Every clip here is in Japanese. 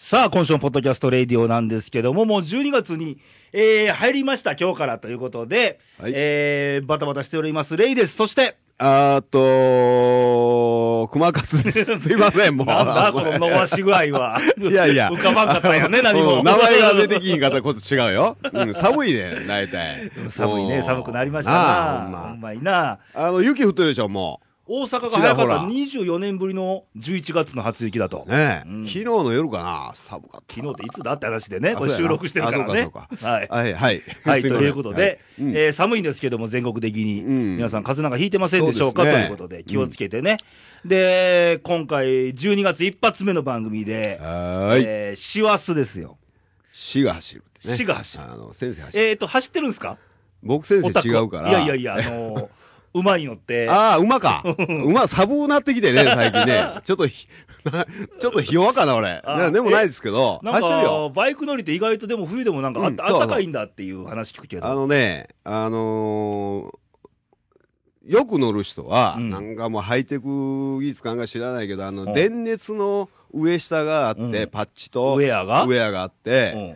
さあ、今週のポッドキャストレイディオなんですけども、もう12月に、入りました、今日からということで、 はいバタバタしております、レイです。そして、 熊勝です。すいません、もう。 なんだ、この伸ばし具合は。 いやいや。 浮かばんかったんやね、何も。 名前が出てきんかったこと違うよ。寒いね、大体。 寒いね、寒くなりましたな。ほんまにな。 雪降ってるでしょ、もう。 大阪が早かった24年ぶりの11月の初雪だと。 ねえ。昨日の夜かな、寒かった。 昨日っていつだって話でね、これ収録してるからね。 はい。はい。 はい、ということで、寒いんですけども、全国的に。皆さん、風邪なんかひいてませんでしょうかということで、気をつけてね。で、今回、12月一発目の番組で、師走ですよ。 師が走るってね。 師が走る。 先生走る。 走ってるんですか？ 僕先生違うから。 いや、馬に乗って。 ああ、馬か。馬寒くなってきてね、最近ね。ちょっとひ弱かな、俺。でもないですけど。 走ってるよ。バイク乗りって意外とでも冬でもなんかあったかいんだっていう話聞くけど。 よく乗る人は、なんかもうハイテク技術感が知らないけど、電熱の上下があって、パッチと、 ウェアがあって、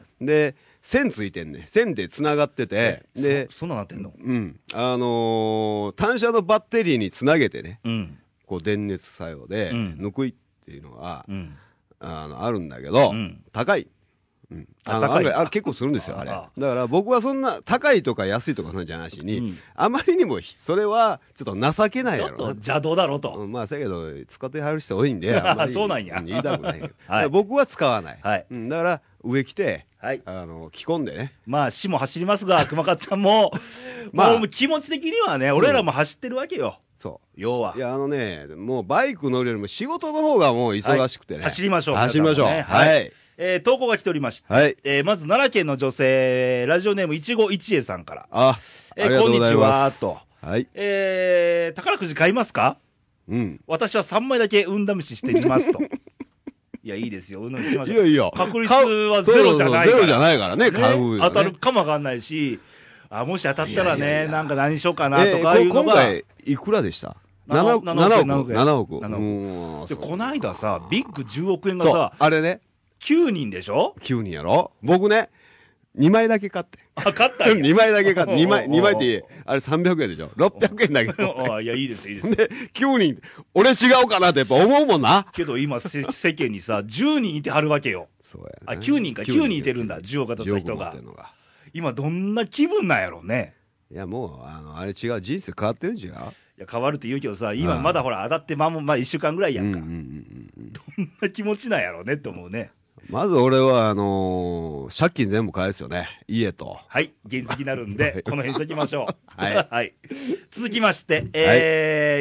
で、線ついてんね。線で繋がってて、で、 そんななってんの？ 単車のバッテリーにつなげてね、こう電熱作用で、抜くいっていうのが、あるんだけど、高い。結構するんですよ、あれ。だから僕はそんな高いとか安いとかなんじゃなしに、あまりにもそれはちょっと情けないやろ。 ちょっと邪道だろと。 まあ、だけど、使ってはる人多いんで、あんまりそうなんや。 言いたくないけど。僕は使わない。だから、上着て、着込んでね。 まあ、死も走りますが、熊勝ちゃんも、もう気持ち的にはね、俺らも走ってるわけよ。 そう。 要は。 いや、もうバイク乗るよりも仕事の方がもう忙しくてね。 走りましょう。 走りましょう。はい。 投稿が来ておりまして、まず奈良県の女性、ラジオネームいちごいちえさんから。 ありがとうございます。 こんにちは、と。 はい。 宝くじ買いますか？私は3枚だけ運試ししてみますと。いや、いいですよ。運試ししましょう。 いや。 確率はゼロじゃないから。 ゼロじゃないからね、買う。 当たるかもわかんないし、もし当たったらね、なんか何しようかなとかいうのが。 今回、いくらでした ?7 億。7億。 で、こないださ、ビッグ10億円がさ、 あれね。 9人でしょ ?9 人やろ僕ね、2枚だけ買って。 買ったんや。 2枚だけ買って。2枚って、あれ300円でしょ ?600 円だけど。 いや、いいです、いいです。 で、9人、俺違うかなってやっぱ思うもんな。 けど今、世間にさ、10人いてはるわけよ。 そうや。 9人か、9人いてるんだ、10億当たった人が。今、どんな気分なんやろうね。 いや、もう、あれ違う、人生変わってるん違う？いや、変わるって言うけどさ、今まだほら、当たってまあ1週間ぐらいやんか。どんな気持ちなんやろうねって思うね。 まず俺は、借金全部返すよね。家と。 はい。原石になるんで、この辺しときましょう。はい。続きまして、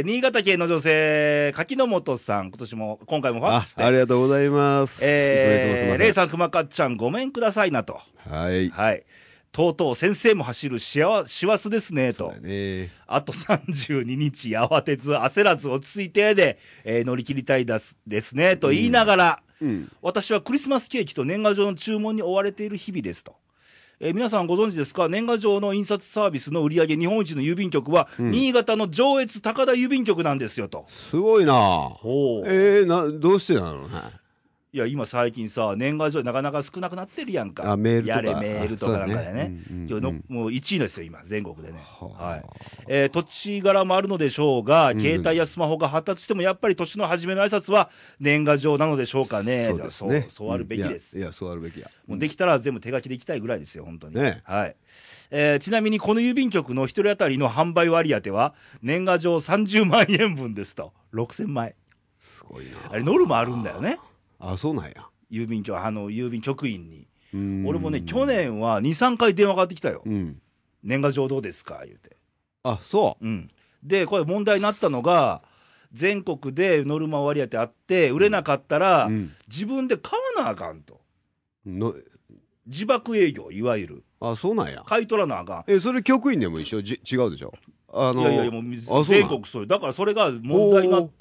新潟県の女性、柿の本さん、今回もファックスで。 ありがとうございます。 レイさん、熊かっちゃん、ごめんくださいなと。 はい。 とうとう先生も走る師走ですね、と。あと32日、慌てず、焦らず、落ち着いてで、乗り切りたいですね、と言いながら、私はクリスマスケーキと年賀状の注文に追われている日々ですと。皆さんご存知ですか？年賀状の印刷サービスの売り上げ日本一の郵便局は、新潟の上越高田郵便局なんですよと。 すごいなぁ。どうしてなの？ いや、今最近さ、年賀状なかなか少なくなってるやんか。 メールとか。 やれメールとかなんかでね。今日のもう1位ですよ、今、全国でね。土地柄もあるのでしょうが、携帯やスマホが発達しても、やっぱり年の初めの挨拶は年賀状なのでしょうかね。そうあるべきです。 いや、そうあるべきや。 もうできたら全部手書きでいきたいぐらいですよ、本当に。ちなみにこの郵便局の一人当たりの販売割当は、年賀状30万円分ですと。6000枚。 すごいな。 あれ、ノルマあるんだよね。 そうなんや。 郵便局員に。俺もね、去年は2、3回電話かかってきたよ。年賀状どうですか言うて。 そう。 で、これ問題になったのが、全国でノルマ割当あって、売れなかったら、自分で買わなあかんと。自爆営業、いわゆる。 そうなんや。 買い取らなあかん。 それ局員でも一緒違うでしょ？ いや、もう全国そう。だからそれが問題になって、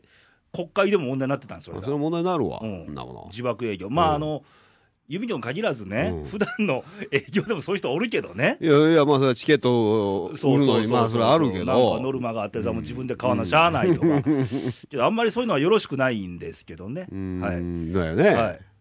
国会でも問題になってたんですよ。 それ問題になるわ。 自爆営業。郵便局に限らずね、普段の営業でもそういう人おるけどね。 いや、それはチケットを売るのに、それあるけど。 なんかノルマがあってさ、もう自分で買わなしゃあないとか。けど、あんまりそういうのはよろしくないんですけどね。 だよね。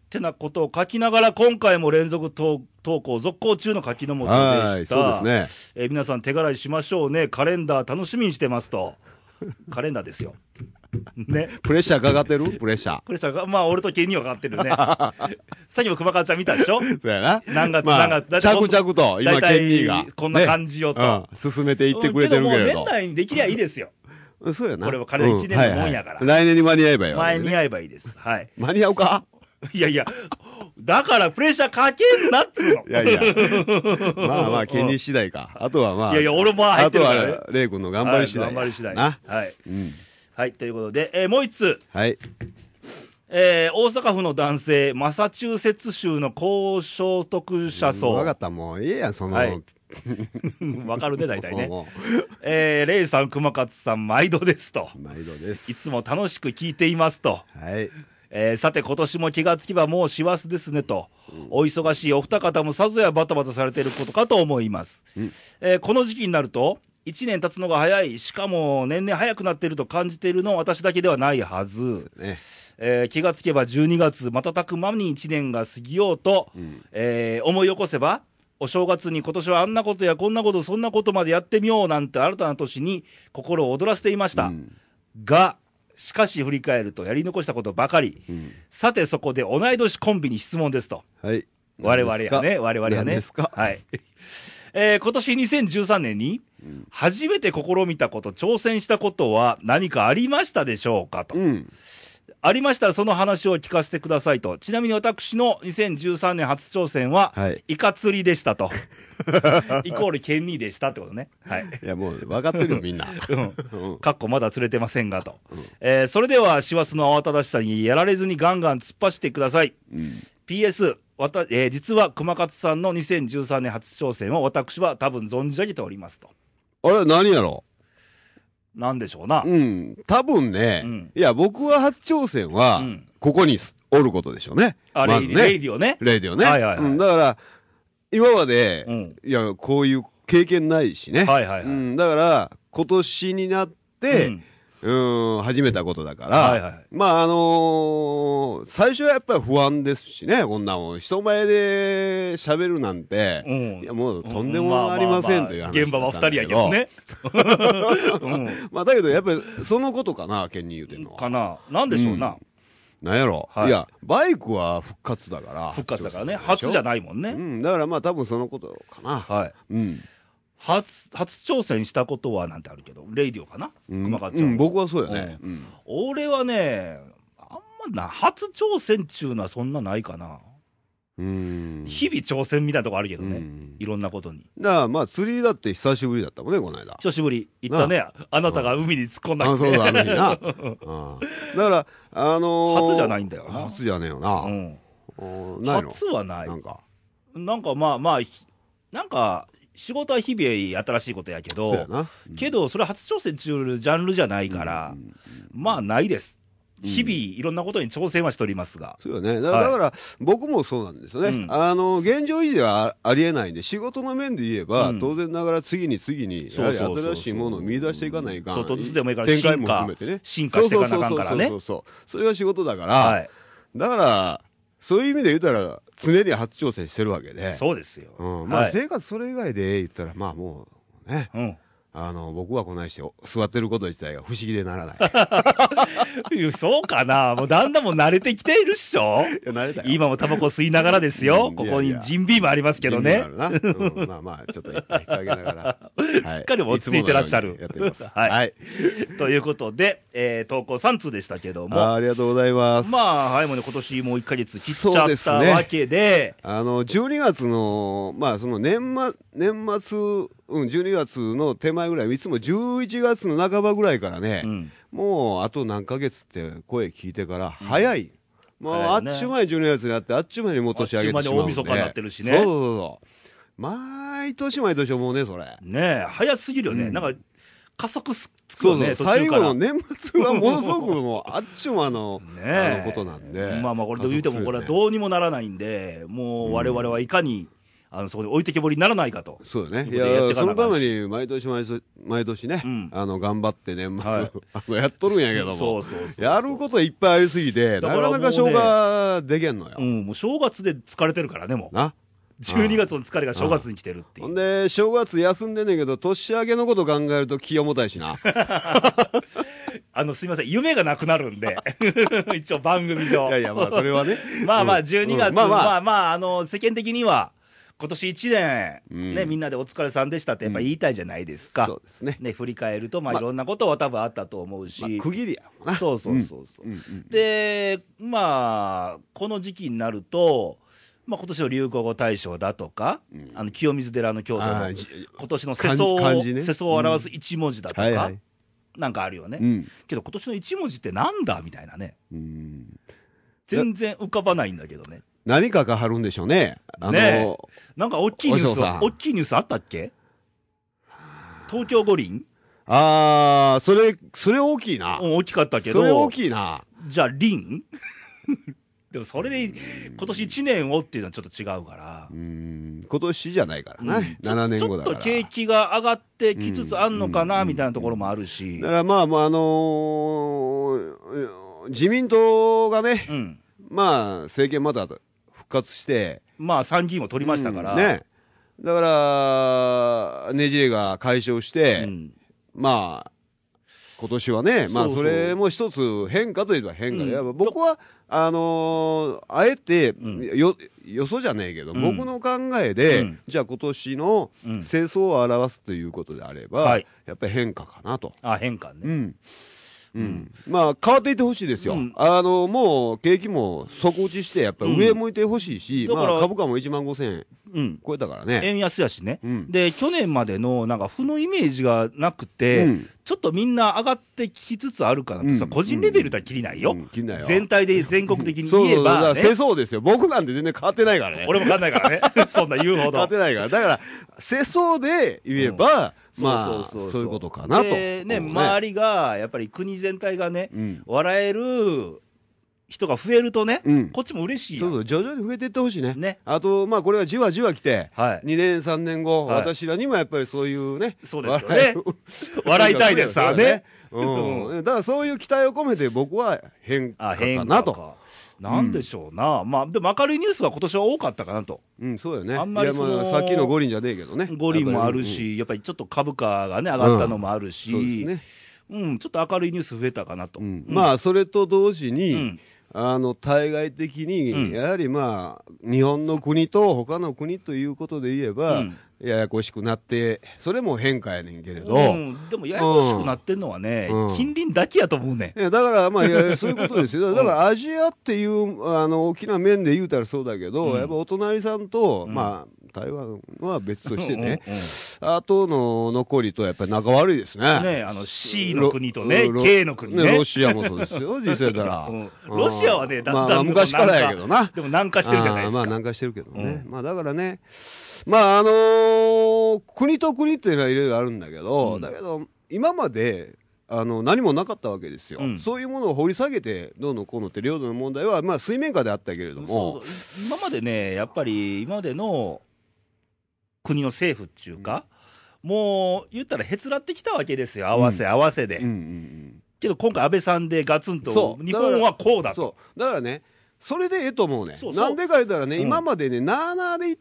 てなことを書きながら、今回も連続投稿続行中の書きのもとでした。 そうですね。 皆さん手柄にしましょうね。カレンダー楽しみにしてますと。カレンダーですよ。ね。 プレッシャーかかってる？プレッシャー。 プレッシャーが、まあ、俺とケンにはかかってるね。さっきも熊川ちゃん見たでしょ？ そうやな。 何月、 まあ、着々と、今、ケンニーが。 こんな感じよと。 進めていってくれてるけれど。 けどもう年内にできりゃいいですよ。 そうやな。 これは彼1年のもんやから。 来年に間に合えばいいわ。 間に合えばいいです。はい。 間に合うか？ いやいや、だからプレッシャーかけんなっつうの。 いやいや。まあまあ、ケンニー次第か。あとはまあ。 いやいや、俺も入ってるからね。 あとは、レイ君の頑張り次第。 頑張り次第。 な。 はい。はい、ということで、もう一つ。 はい。 大阪府の男性、マサチューセッツ州の高所得者層。 わかった、もういいや、その。 はい。わかるね、大体ね。レイさん、熊勝さん、毎度ですと。 毎度です。 いつも楽しく聞いていますと。 はい。 さて、今年も気がつけばもう師走ですねと。お忙しいお二方もさぞやバタバタされていることかと思います。この時期になると、1年経つのが早い、しかも年々早くなっていると感じているのは私だけではないはず。気がつけば12月、瞬く間に1年が過ぎようと、思い起こせば、お正月に今年はあんなことやこんなことそんなことまでやってみようなんて新たな年に心を躍らせていました。が、しかし振り返るとやり残したことばかり。さてそこで同い年コンビに質問ですと。 はい。 我々やね、我々はね。 ですか？ はい。今年2013年に初めて試みたこと、挑戦したことは何かありましたでしょうかと。ありましたらその話を聞かせてくださいと。ちなみに私の2013年初挑戦は、イカ釣りでしたと。イコールケンニーでしたってことね。はい。 いやもう分かってるよみんな。 かっこまだ釣れてませんがと。それでは師走の慌ただしさにやられずにガンガン突っ走ってください。PS、実は熊勝さんの2013年初挑戦を私は多分存じ上げておりますと。 あれ何やろなんでしょうな。 多分ね、いや、僕は初挑戦は、ここにおることでしょうね。 レイディオね。 レイディオね。だから、今まで、いや、こういう経験ないしね。だから、今年になって、始めたことだから、まあ最初はやっぱり不安ですしね、こんなもん。人前で喋るなんて、いやもうとんでもありませんという話。 現場は二人やけどね。 まあだけどやっぱりそのことかな、ケンに言うてんのは。 かな。なんでしょうな。 なんやろ。いや、バイクは復活だから。 復活だからね。初じゃないもんね。 だからまあ多分そのことかな。 はい。初挑戦したことはなんてあるけど、レイディオかな、熊勝ちゃん。 僕はそうやね。 俺はね、あんま初挑戦っちゅうのはそんなないかな。日々挑戦みたいなとこあるけどね。いろんなことに。 だからまあ釣りだって久しぶりだったもんね、この間。 久しぶり。行ったね。あなたが海に突っ込んだけどね。そうだ、あの日な。だから、 初じゃないんだよな。 初じゃねえよな。 ないの？初はない。なんかまあ、なんか、仕事は日々新しいことやけど、それ初挑戦中るジャンルじゃないから、まあないです。日々いろんなことに挑戦はしておりますが。 そうよね。だから僕もそうなんですよね。現状維持はありえないんで、仕事の面で言えば、当然ながら次にやはり新しいものを見出していかないかん。 ちょっとずつでもいいから展開も含めてね。 進化していかなあかんからね。 それが仕事だから、だから、そういう意味で言ったら、常に初挑戦してるわけで。 そうですよ。 まあ生活それ以外で言ったら、まあもうね、僕はこないして座ってること自体が不思議でならない。 そうかな、もうだんだんもう慣れてきているっしょ。 慣れたよ。 今もタバコ吸いながらですよ。ここにジンビームありますけどね。 まあまあ、ちょっと一回引っ掛けながら。すっかり落ち着いてらっしゃる。 やってます。 はい。ということで、投稿3通でしたけども。 ありがとうございます。 まあ、はい、もうね、今年もう1ヶ月切っちゃったわけで。 12月の、まあ、その年末、12月の手前ぐらい、いつも11月の半ばぐらいからね、もうあと何ヶ月って声聞いてから早い。もうあっちゅう前に12月になって、あっちゅう前にもう年上げてしまうんで。 大晦日になってるしね。 そう。毎年思うね、それ。 ねえ、早すぎるよね。なんか、加速するね。最後の年末はものすごくもう、あっちゅう間のことなんで。 まあまあ、これで言うても、これはどうにもならないんで、もう我々はいかに、 そこに置いてけぼりにならないかと。 そうよね。いや、そのために毎年ね、頑張って年末、やっとるんやけども、やることいっぱいありすぎて、なかなか消化できんのよ。 もう正月で疲れてるからね、もう。12月の疲れが正月に来てるっていう。 ほんで、正月休んでんねんけど、年明けのこと考えると気重たいしな。 すいません、夢がなくなるんで。一応番組上。 いやいや、まあ、それはね。 まあまあ、12月、まあ、世間的には、今年1年、ね、みんなでお疲れさんでしたってやっぱ言いたいじゃないですか。 そうですね。 ね、振り返ると、まあ、いろんなことは多分あったと思うし。 区切りやもんな。 そう。で、まあ、この時期になると、まあ、今年の流行語大賞だとか、清水寺の京都の今年の世相を表す一文字だとか、なんかあるよね。けど今年の一文字ってなんだみたいなね。全然浮かばないんだけどね。 何かがはるんでしょうね。 なんか大きいニュースあったっけ？東京五輪？ それ大きいな。 大きかったけど。 それ大きいな。 じゃあ、輪でもそれで今年1年をっていうのはちょっと違うから。 今年じゃないからね。7年後だから。 ちょっと景気が上がってきつつあんのかなみたいなところもあるし。 だからまあ、自民党がね、まあ政権まだ復活して、 まあ参議院を取りましたから。 ね。だから、ねじれが解消して、まあ、今年はね、まあそれも一つ変化といえば変化で、僕は、あえて、よそじゃねえけど、僕の考えで、じゃあ今年の世相を表すということであれば、やっぱり変化かなと。 変化ね。 まあ変わっていってほしいですよ。もう景気も底落ちしてやっぱり上向いてほしいし、まあ株価も1万5000円超えたからね。 円安やしね。で去年までのなんか負のイメージがなくて、ちょっとみんな上がってきつつあるかなとさ、個人レベルではきりないよ。全体で全国的に言えば世相ですよ。僕なんて全然変わってないからね。 俺も変わってないからね。そんな言うほど変わってないから。だから世相で言えば。まあ、そういうことかなと。 でね、周りが、やっぱり国全体がね、笑える人が増えるとね、こっちも嬉しい。 そう、徐々に増えていってほしいね。あと、まあ、これがじわじわ来て、2年、3年後、私らにもやっぱりそういうね、 そうですよね。笑いたいですからね。 だからそういう期待を込めて僕は変化かなと。 なんでしょうな。まあ、でも明るいニュースが今年は多かったかなと。 そうよね。あんまりさっきの五輪じゃねえけどね。 五輪もあるし、やっぱりちょっと株価がね、上がったのもあるし、ちょっと明るいニュース増えたかなと。 まあ、それと同時に、対外的に、やはりまあ、日本の国と他の国ということで言えば、ややこしくなって、それも変化やねんけれど。 でもややこしくなってんのはね、近隣だけやと思うね。 だからまあ、そういうことですよ。だからアジアっていう、大きな面で言うたらそうだけど、やっぱお隣さんと、まあ、台湾は別としてね、あとの残りとやっぱり仲悪いですね。 ね、C の国とね、K の国ね。 ロシアもそうですよ、実際だら。 ロシアはね、だんだん昔からやけどな。 でも南下してるじゃないですか。 まあ南下してるけどね。まあだからね、まあ国と国っていうのはいろいろあるんだけど、だけど今まで何もなかったわけですよ。そういうものを掘り下げてどうのこうのって領土の問題はまあ水面下であったけれども、 今までね、やっぱり今までの国の政府っていうか、もう言ったらへつらってきたわけですよ、合わせで。けど今回安倍さんでガツンと日本はこうだと。 だからね、それでええと思うね。なんでか言ったらね、今までね、なあなあで言って、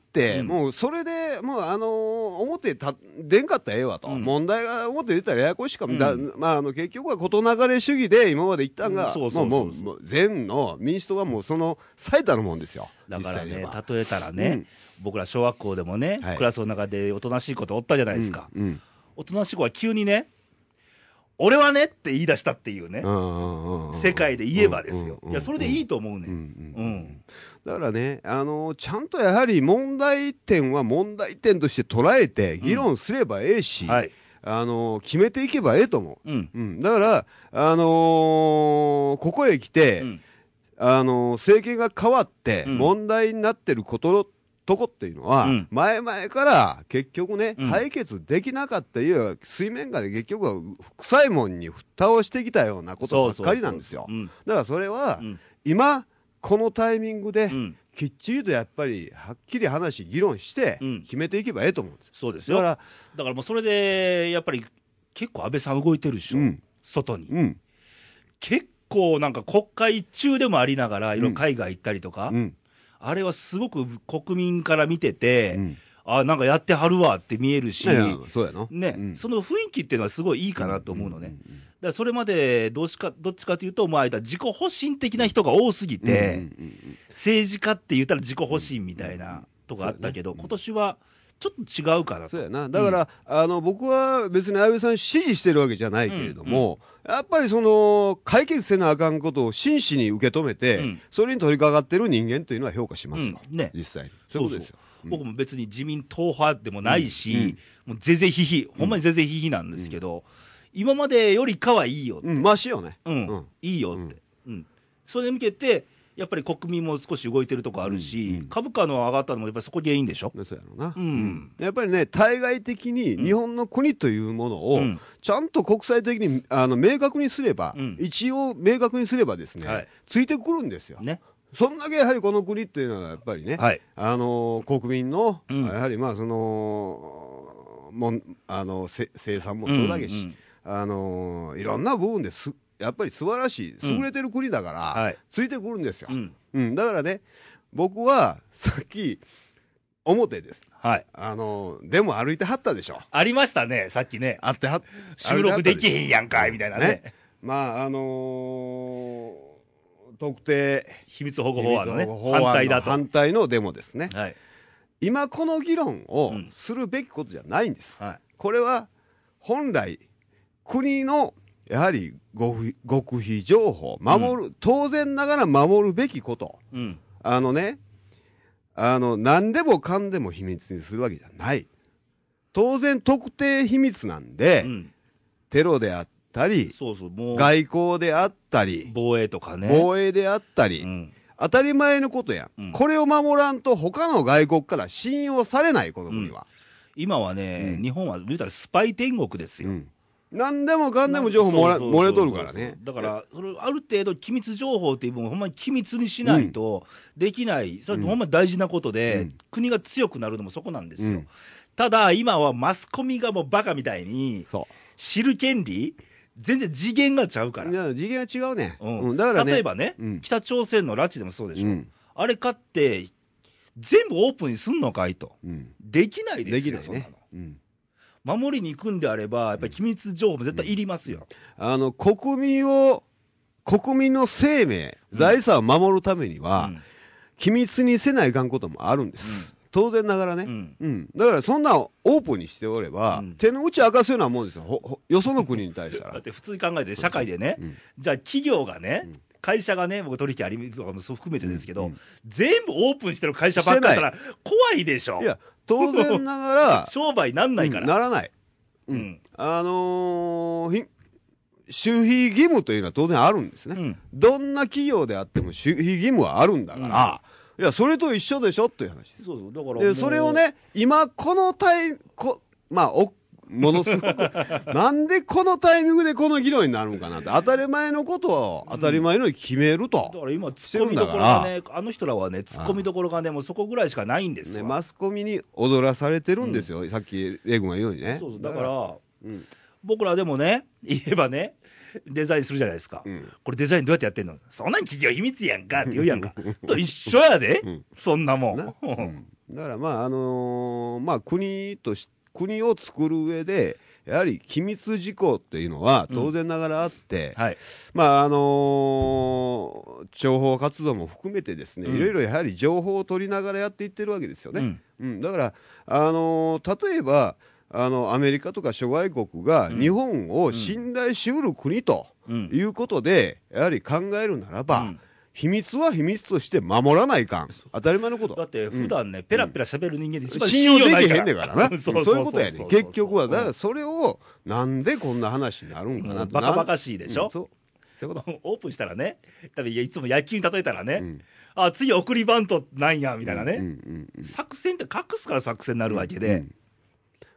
もうそれで、もう表出んかったらええわと。問題が表出たらややこしかも。まあ結局は事流れ主義で今まで言ったんが、もう全の民主党はもうその最たるもんですよ。 だからね、例えたらね、僕ら小学校でもね、クラスの中でおとなしい子とおったじゃないですか。おとなしい子は急にね、俺はねって言い出したっていうね、世界で言えばですよ。いや、それでいいと思うね。 だからね、ちゃんとやはり問題点は問題点として捉えて議論すればええし、決めていけばええと思う。だから、ここへ来て、政権が変わって問題になってるとこっていうのは、前々から結局ね、解決できなかった、いわゆる水面下で結局は臭いもんに蓋をしてきたようなことばっかりなんですよ。だからそれは、今、 このタイミングで、きっちりとやっぱりはっきり話議論して決めていけばええと思うんです。 そうですよ。だからもうそれでやっぱり結構安倍さん動いてるでしょ、外に、結構なんか国会中でもありながらいろいろ海外行ったりとか、あれはすごく国民から見てて、なんかやってはるわって見えるし、 そうやのね、その雰囲気っていうのはすごいいいかなと思うのね。だからそれまでどっちかというと、自己保身的な人が多すぎて、政治家って言ったら自己保身みたいなとこあったけど、今年はちょっと違うかなと。 そうやな。だから、僕は別に安倍さん支持してるわけじゃないけれども、やっぱりその解決せなあかんことを真摯に受け止めて、それに取り掛かってる人間というのは評価しますよ、実際。そういうことですよ。 僕も別に自民党派でもないし、もうぜぜひひ、ほんまにぜぜひひなんですけど、今までよりかはいいよって。 マシよね。 いいよって。それに向けて、やっぱり国民も少し動いてるとこあるし、株価の上がったのもやっぱりそこ原因でしょ。 そうやろうな。やっぱりね、対外的に日本の国というものを、ちゃんと国際的に明確にすれば、一応明確にすればですね、ついてくるんですよ。そんだけやはりこの国っていうのはやっぱりね、国民の、やはりまあその生産もそうだけし、いろんな部分ですやっぱり素晴らしい優れてる国だから、ついてくるんですよ。だからね、僕はさっき表です。でも歩いてはったでしょ。 ありましたね、さっきね。収録できへんやんかいみたいなね。 まあ特定秘密保護法案のね、反対だと。 反対のデモですね。今この議論をするべきことじゃないんです。これは本来国のやはり極秘情報守る、当然ながら守るべきこと。何でもかんでも秘密にするわけじゃない。当然特定秘密なんで、テロであったり、外交であったり、 防衛とかね、 防衛であったり、当たり前のことや、これを守らんと他の外国から信用されない、この国は。 今はね、日本は言うたらスパイ天国ですよ。 何でもかんでも情報漏れとるからね。 だからそれある程度機密情報っていう部分をほんまに機密にしないとできない、それほんまに大事なことで、国が強くなるのもそこなんですよ。ただ今はマスコミがもうバカみたいに知る権利全然次元がちゃうから。 次元が違うね。 だからね、例えばね、北朝鮮の拉致でもそうでしょ。あれかって全部オープンにすんのかいと。できないですよ。できないね。守りに行くんであればやっぱり機密情報も絶対いりますよ。 国民の生命、財産を守るためには、機密にせないかんこともあるんです。当然ながらね。だからそんなオープンにしておれば、手の内明かすようなもんですよ。よその国に対したら。 だって普通に考えて社会でね、じゃあ企業がね、会社がね、僕取引ありとかも含めてですけど、全部オープンしてる会社ばっかりだったら怖いでしょ。 いや当然ながら商売なんないから、 ならない。守秘義務というのは当然あるんですね。どんな企業であっても守秘義務はあるんだから、いやそれと一緒でしょっていう話です。だからそれをね、今このものすごくなんでこのタイミングでこの議論になるのかなって、当たり前のことを当たり前のように決めると。 だから今ツッコミどころがね、あの人らはねツッコミどころがねもうそこぐらいしかないんですよ。 マスコミに踊らされてるんですよ。さっきレイ君が言うようにね。 だから僕らでもね言えばねデザインするじゃないですか。これデザインどうやってやってんの？そんなん企業秘密やんかって言うやんか。と一緒やで、そんなもん。だから国を作る上でやはり機密事項っていうのは当然ながらあって、諜報活動も含めてですね、いろいろやはり情報を取りながらやっていってるわけですよね。だから例えばアメリカとか諸外国が日本を信頼しうる国ということでやはり考えるならば、秘密は秘密として守らないかん、当たり前のこと。 だって普段ね、ペラペラ喋る人間で一番信用できへんねんからな。そういうことやね。結局はだからそれをなんでこんな話になるんかな。 バカバカしいでしょ。オープンしたらね、多分いつも野球に例えたらね、あ次送りバントなんやみたいなね、作戦って隠すから作戦になるわけで。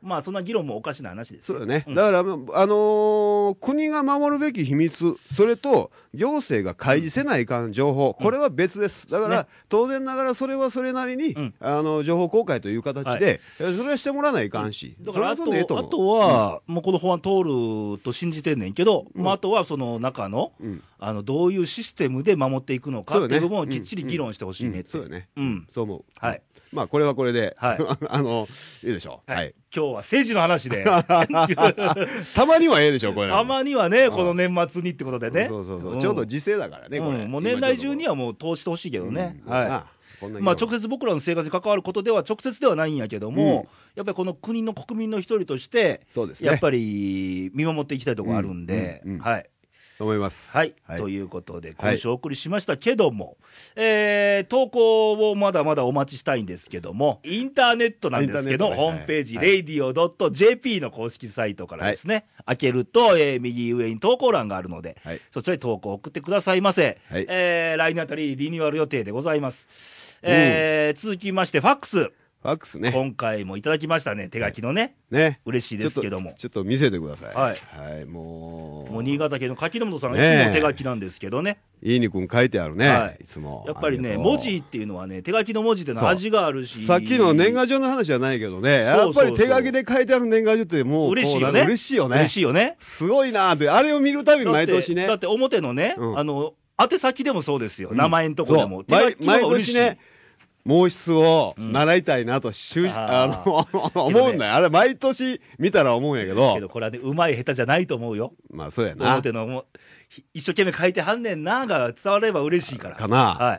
まあそんな議論もおかしな話ですよ。 そうだね、だから国が守るべき秘密、それと行政が開示せないかん情報、これは別です。だから当然ながらそれはそれなりに情報公開という形でそれはしてもらわないかんし、 だからあとはもうこの法案通ると信じてんねんけど、まああとはその中のどういうシステムで守っていくのかっていう部分をきっちり議論してほしいねって。 そうよね、そう思う。 はい。 まあこれはこれでいいでしょう。はい。 今日は政治の話でたまにはええでしょこれ。 たまにはね、この年末にってことでね。 そうそうそう、ちょうど時勢だからねこれ。 もう年内中にはもう通してほしいけどね。はい。まあ直接僕らの生活に関わることでは直接ではないんやけども、やっぱりこの国の国民の一人としてやっぱり見守っていきたいところあるんで、はい。 と思います。 はい、ということで今週お送りしましたけども、投稿をまだまだお待ちしたいんですけども、インターネットなんですけど、ホームページ、radio.jp の公式サイトからですね、開けると、右上に投稿欄があるので、そちらに投稿を送ってくださいませ。来年あたりリニューアル予定でございます。続きましてファックス。 ファックスね。 今回もいただきましたね、手書きのね。嬉しいですけども。 ちょっと見せてください。 はい。もう新潟県の柿本さんがいつも手書きなんですけどね。 いいにくん書いてあるね。いつも。 やっぱりね、文字っていうのはね、手書きの文字ってのは味があるし。 さっきの年賀状の話じゃないけどね、やっぱり手書きで書いてある年賀状ってもう嬉しいよね。 嬉しいよね。 嬉しいよね。 すごいなーって、あれを見るたびに毎年ね。 だって表のね、宛先でもそうですよ。名前のとこでも。 毎年ね。毛筆を習いたいなと思うんだよ。あれ毎年見たら思うんやけど。 けどこれはね、うまい下手じゃないと思うよ。 まあそうやな。 表の一生懸命書いてはんねんなが伝われば嬉しいから。 かな。はい。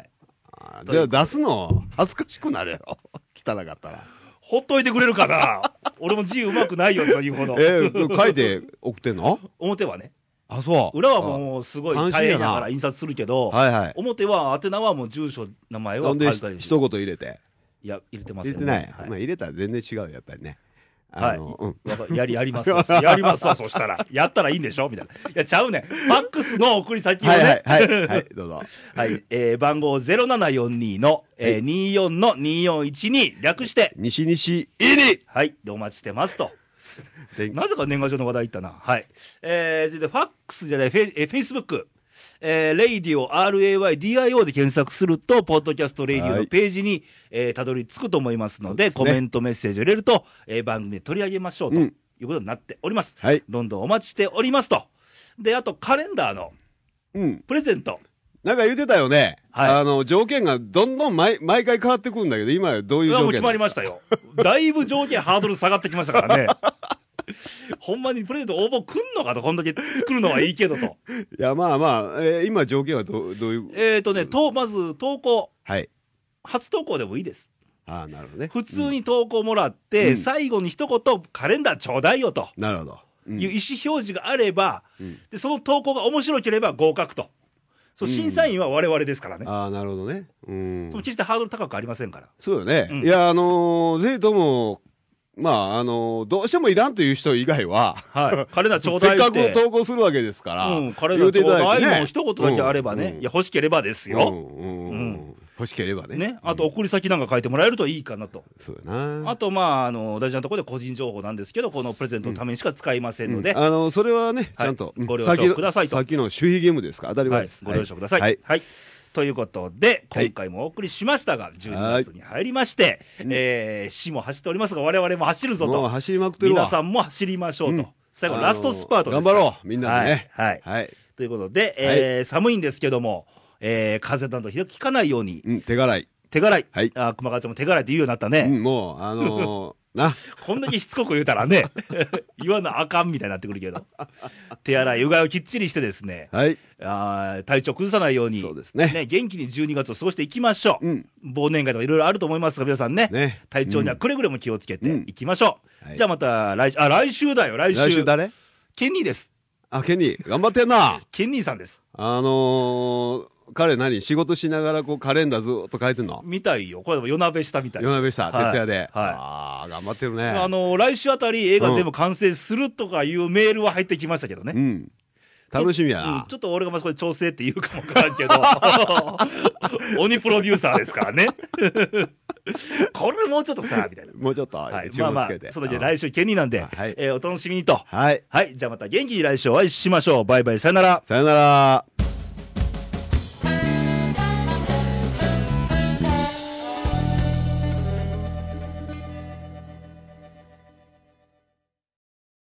で出すの恥ずかしくなるやろ。汚かったら。 ほっといてくれるかな。俺も字うまくないよというほど。 書いて送ってんの？ 表はね。 あ、そう。 裏はもうすごい大変やから印刷するけど、表は宛名はもう住所名前は書いてある。 一言入れて。 いや入れてますよね。 入れてない。まあ入れたら全然違うよやっぱりね。 やりますわ。やりますわ。そしたらやったらいいんでしょみたいな。いやちゃうねん。ファックスの送り先をね。 はいどうぞ。 はい。番号0742の24の2412略して西西入り。 はい。でお待ちしてますと。なぜか年賀状の話題いったな。はい。続いてファックスじゃない、フェイスブック。radio RAYDIO で検索すると、ポッドキャストレイディオのページに、たどり着くと思いますので、コメントメッセージを入れると、番組で取り上げましょうということになっております。どんどんお待ちしておりますと。で、あとカレンダーの、プレゼント。 なんか言ってたよね。条件がどんどん毎回変わってくるんだけど、今はどういう条件？ もう決まりましたよ。だいぶ条件ハードル下がってきましたからね。ほんまにプレゼント応募くんのかと、こんだけ作るのはいいけどと。 いや、まあまあ、今条件はどういう？ まず投稿。 はい。 初投稿でもいいです。 ああ、なるほどね。 普通に投稿もらって、最後に一言カレンダーちょうだいよと。 なるほど。 いう意思表示があれば、で、その投稿が面白ければ合格と。審査員は我々ですからね。 ああ、なるほどね。 決してハードル高くありませんから。 そうよね。いや、ぜひとも、まあ、どうしてもいらんという人以外は、 カレンダーちょうだいって。 せっかく投稿するわけですから。 カレンダーちょうだいの一言だけあればね、いや、欲しければですよ。 欲しければね。 あと、送り先なんか書いてもらえるといいかなと。 そうやな。 あと、まあ、大事なところで個人情報なんですけど、このプレゼントのためにしか使いませんので。 それはね、ちゃんと。 ご了承くださいと。 さっきの守秘義務ですか？当たり前です。 ご了承ください。はい。ということで、今回もお送りしましたが、12月に入りまして、市も走っておりますが、我々も走るぞと。 走りまくってるわ。 皆さんも走りましょうと。最後、ラストスパートです。 頑張ろう、みんなでね。 はい。ということで、寒いんですけども、風邪などひどく効かないように。 手洗い。 手洗い。熊川ちゃんも手洗いって言うようになったね。 もう、 こんだけしつこく言うたらね、言わなあかんみたいになってくるけど。手洗い、うがいをきっちりしてですね、体調崩さないように、元気に12月を過ごしていきましょう。忘年会とかいろいろあると思いますが、皆さんね、体調にはくれぐれも気をつけていきましょう。じゃあまた来週だよ、来週。 来週誰？ ケニーです。 ケニー、頑張ってんな。 ケニーさんです。 彼仕事しながらカレンダーずっと書いてんの？ みたいよ。これでも夜鍋したみたい。 夜鍋した、徹夜で。頑張ってるね。 来週あたり映画全部完成するとかいうメールは入ってきましたけどね。 楽しみやな。 ちょっと俺がまずこれ調整って言うかもわからんけど、鬼プロデューサーですからね。 これもうちょっとさ、みたいな。 もうちょっと、 はい、 注文つけて。 そのじゃ来週、ケニーなんで、 はい、 お楽しみにと。 はい。 はい。じゃあまた元気に来週お会いしましょう。バイバイ、さよなら。 さよなら。